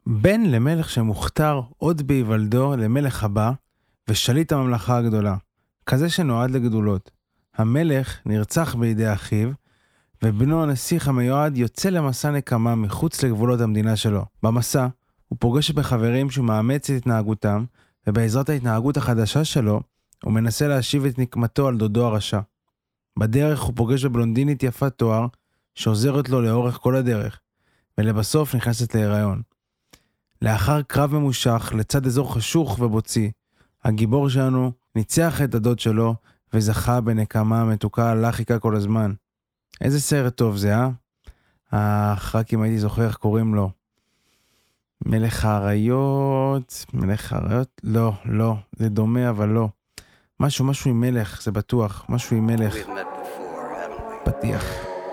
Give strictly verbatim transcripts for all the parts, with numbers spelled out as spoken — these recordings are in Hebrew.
בן למלך שמוכתר עוד בהיוולדו למלך הבא, ושליט הממלכה הגדולה, כזה שנועד לגדולות. המלך נרצח בידי אחיו, ובנו הנסיך המיועד יוצא למסע נקמה מחוץ לגבולות המדינה שלו. במסע הוא פוגש בחברים שהוא מאמץ את התנהגותם, ובעזרת ההתנהגות החדשה שלו, הוא מנסה להשיב את נקמתו על דודו הרשע. בדרך הוא פוגש בבלונדינית יפת תואר, שעוזרת לו לאורך כל הדרך, ולבסוף נכנסת להיריון. לאחר קרב ממושך לצד אזור חשוך ובוצי, הגיבור שלנו ניצח את הדוד שלו וזכה בנקמה מתוקה לה חיכה כל הזמן. איזה סרט טוב זה, אה? אך רק אם הייתי זוכר איך קוראים לו. מלך האריות, מלך האריות, לא, לא, זה דומה אבל לא. משהו, משהו עם מלך, זה בטוח, משהו עם מלך. פתיח.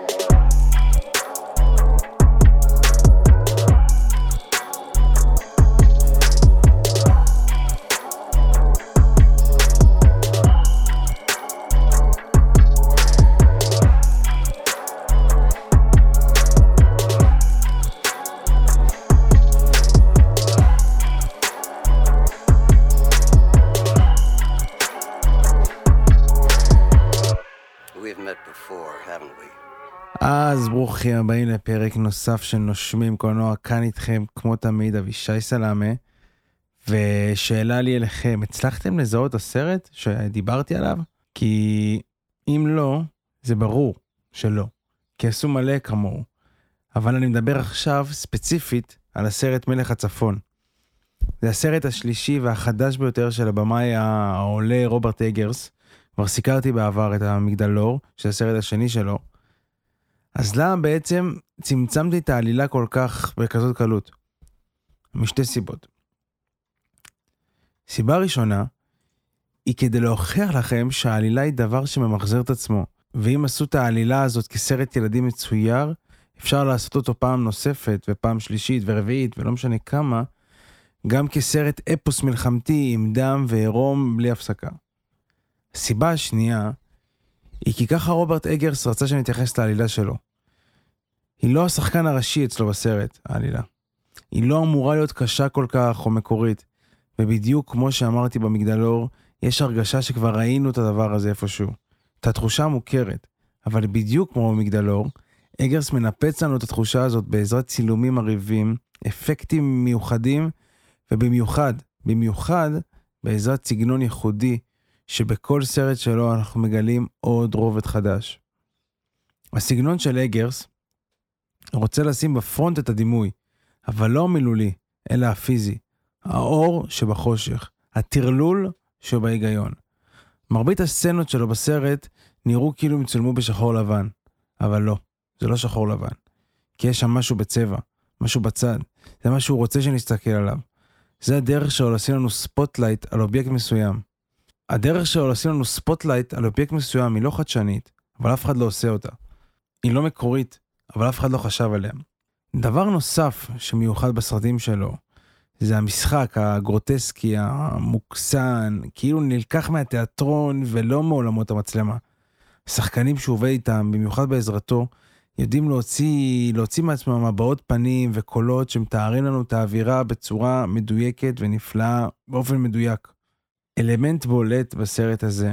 אז ברוכים הבאים לפרק נוסף של נושמים קולנוע, כאן איתכם כמו תמיד אבישי סלאמה, ושאלה לי אליכם, הצלחתם לזהות הסרט שדיברתי עליו? כי אם לא, זה ברור שלא, כי עשו מלא כמוהו, אבל אני מדבר עכשיו ספציפית על הסרט מלך הצפון. זה הסרט השלישי והחדש ביותר של הבמאי העולה רוברט אגרס, כבר סיקרתי בעבר את המגדלור, שזה הסרט השני שלו. אז למה בעצם צמצמתי את העלילה כל כך בכזאת קלות? משתי סיבות. סיבה ראשונה, היא כדי להוכיח לכם שהעלילה היא דבר שממחזר את עצמו. ואם עשו את העלילה הזאת כסרט ילדים מצויר, אפשר לעשות אותו פעם נוספת ופעם שלישית ורביעית ולא משנה כמה, גם כסרט אפוס מלחמתי עם דם ועירום בלי הפסקה. הסיבה השנייה, היא כי ככה רוברט אגרס רצה שנתייחס לעלילה שלו. היא לא השחקן הראשי אצלו בסרט, העלילה. היא לא אמורה להיות קשה כל כך או מקורית. ובדיוק כמו שאמרתי במגדלור, יש הרגשה שכבר ראינו את הדבר הזה איפשהו. את התחושה המוכרת. אבל בדיוק כמו במגדלור, אגרס מנפץ לנו את התחושה הזאת בעזרת צילומים מריבים, אפקטים מיוחדים, ובמיוחד, במיוחד, בעזרת סגנון ייחודי, שבכל סרט שלו אנחנו מגלים עוד רובד חדש. הסגנון של אגרס רוצה לשים בפרונט את הדימוי, אבל לא המילולי, אלא הפיזי, האור שבחושך, הטרלול שבהיגיון. מרבית הסצנות שלו בסרט נראו כאילו מצולמו בשחור לבן, אבל לא, זה לא שחור לבן, כי יש שם משהו בצבע, משהו בצד, זה מה שהוא רוצה שנסתכל עליו. זה הדרך שלו לשים לנו ספוטלייט על אובייקט מסוים. הדרך שלו לשים לנו ספוטלייט על אובייקט מסוים היא לא חדשנית, אבל אף אחד לא עושה אותה. היא לא מקורית, אבל אף אחד לא חשב עליה. דבר נוסף שמיוחד בסרטים שלו, זה המשחק הגרוטסקי, המוקסן, כאילו נלקח מהתיאטרון ולא מעולמות המצלמה. שחקנים שהוא עובד איתם, במיוחד בעזרתו, יודעים להוציא, להוציא מעצמם מבעות פנים וקולות שמתארים לנו את האווירה בצורה מדויקת ונפלאה, באופן מדויק. אלמנט בולט בסרט הזה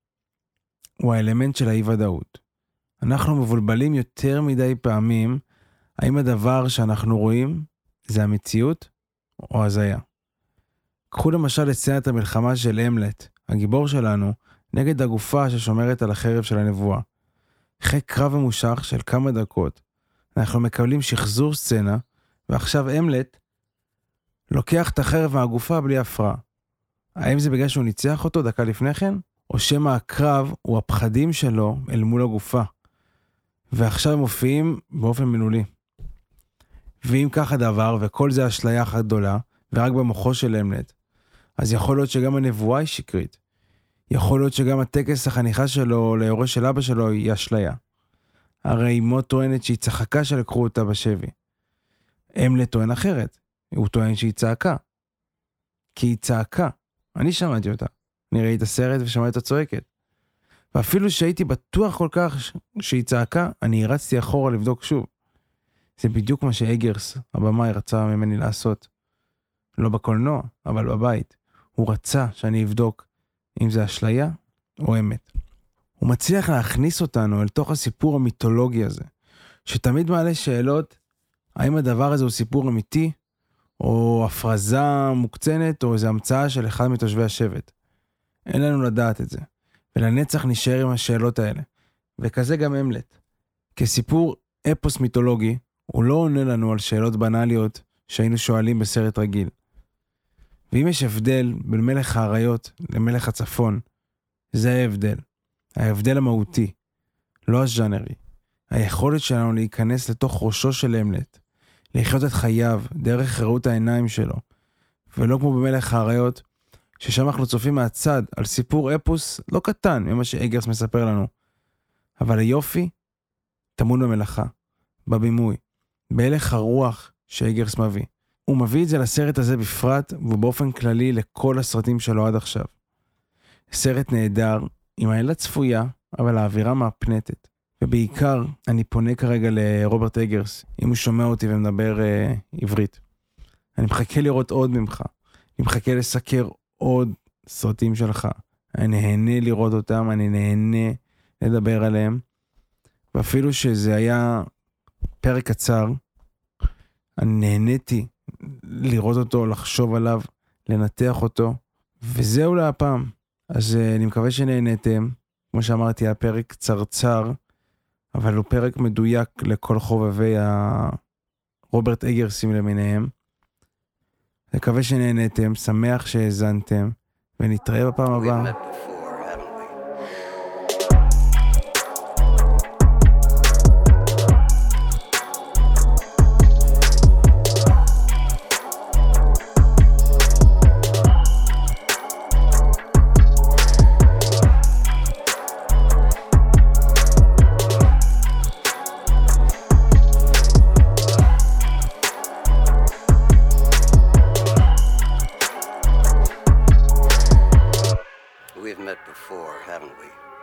הוא האלמנט של האי-ודאות. אנחנו מבולבלים יותר מדי פעמים האם הדבר שאנחנו רואים זה המציאות או הזיה. קחו למשל את סצנת המלחמה של המלט, הגיבור שלנו, נגד הגופה ששומרת על החרב של הנבואה. אחרי קרב ממושך של כמה דקות, אנחנו מקבלים שחזור סצנה, ועכשיו המלט לוקח את החרב מהגופה בלי הפרעה. האם זה בגלל שהוא ניצח אותו דקה לפני כן? או שמה הקרב הוא הפחדים שלו אל מול הגופה? ועכשיו הם מופיעים באופן מילולי. ואם כך הדבר, וכל זה אשליה אחת גדולה, ורק במוחו של המלט, אז יכול להיות שגם הנבואה היא שקרית. יכול להיות שגם הטקס החניכה שלו ליורש של אבא שלו היא אשליה. הרי אמו טוענת שהיא צחקה שלקחו אותה בשבי. המלט טוען אחרת. הוא טוען שהיא צעקה. כי היא צעקה. אני שמעתי אותה. אני ראיתי את הסרט ושמעתי את הצועקת. ואפילו שהייתי בטוח כל כך שהיא צעקה, אני הרצתי אחורה לבדוק שוב. זה בדיוק מה שאגרס, הבמאי, רצה ממני לעשות. לא בקולנוע, אבל בבית. הוא רצה שאני אבדוק אם זה אשליה או אמת. הוא מצליח להכניס אותנו אל תוך הסיפור המיתולוגי הזה, שתמיד מעלה שאלות, האם הדבר הזה הוא סיפור אמיתי, או הפרזה מוקצנת, או איזו המצאה של אחד מתושבי השבט. אין לנו לדעת את זה, ולנצח נשאר עם השאלות האלה. וכזה גם המלט. כסיפור אפוס מיתולוגי, הוא לא עונה לנו על שאלות בנאליות שהיינו שואלים בסרט רגיל. ואם יש הבדל בין מלך האריות למלך הצפון, זה ההבדל. ההבדל המהותי, לא הז'אנרי. היכולת שלנו להיכנס לתוך ראשו של המלט, לחיות את חייו דרך ראות העיניים שלו, ולא כמו במלך האריות, ששם אנחנו צופים מהצד על סיפור אפוס לא קטן ממה שאגרס מספר לנו. אבל היופי טמון במלאכה, בבימוי, בהלך הרוח שאגרס מביא. הוא מביא את זה לסרט הזה בפרט, ובאופן כללי לכל הסרטים שלו עד עכשיו. סרט נהדר, עם העילה צפויה, אבל האווירה מהפנטת. ובעיקר, אני פונה כרגע לרוברט אגרס, אם הוא שומע אותי ומדבר אה, עברית. אני מחכה לראות עוד ממך. אני מחכה לסקר עוד סרטים שלך. אני נהנה לראות אותם, אני נהנה לדבר עליהם. ואפילו שזה היה פרק קצר, אני נהניתי לראות אותו, לחשוב עליו, לנתח אותו. וזהו להפעם. אז אני מקווה שנהניתם. כמו שאמרתי, הפרק קצרצר, אבל הוא פרק מדויק לכל חובבי הרוברט אגרסים למיניהם. מקווה שנהניתם, שמח שהזנתם, ונתראה בפעם הבאה. We've met before, haven't we?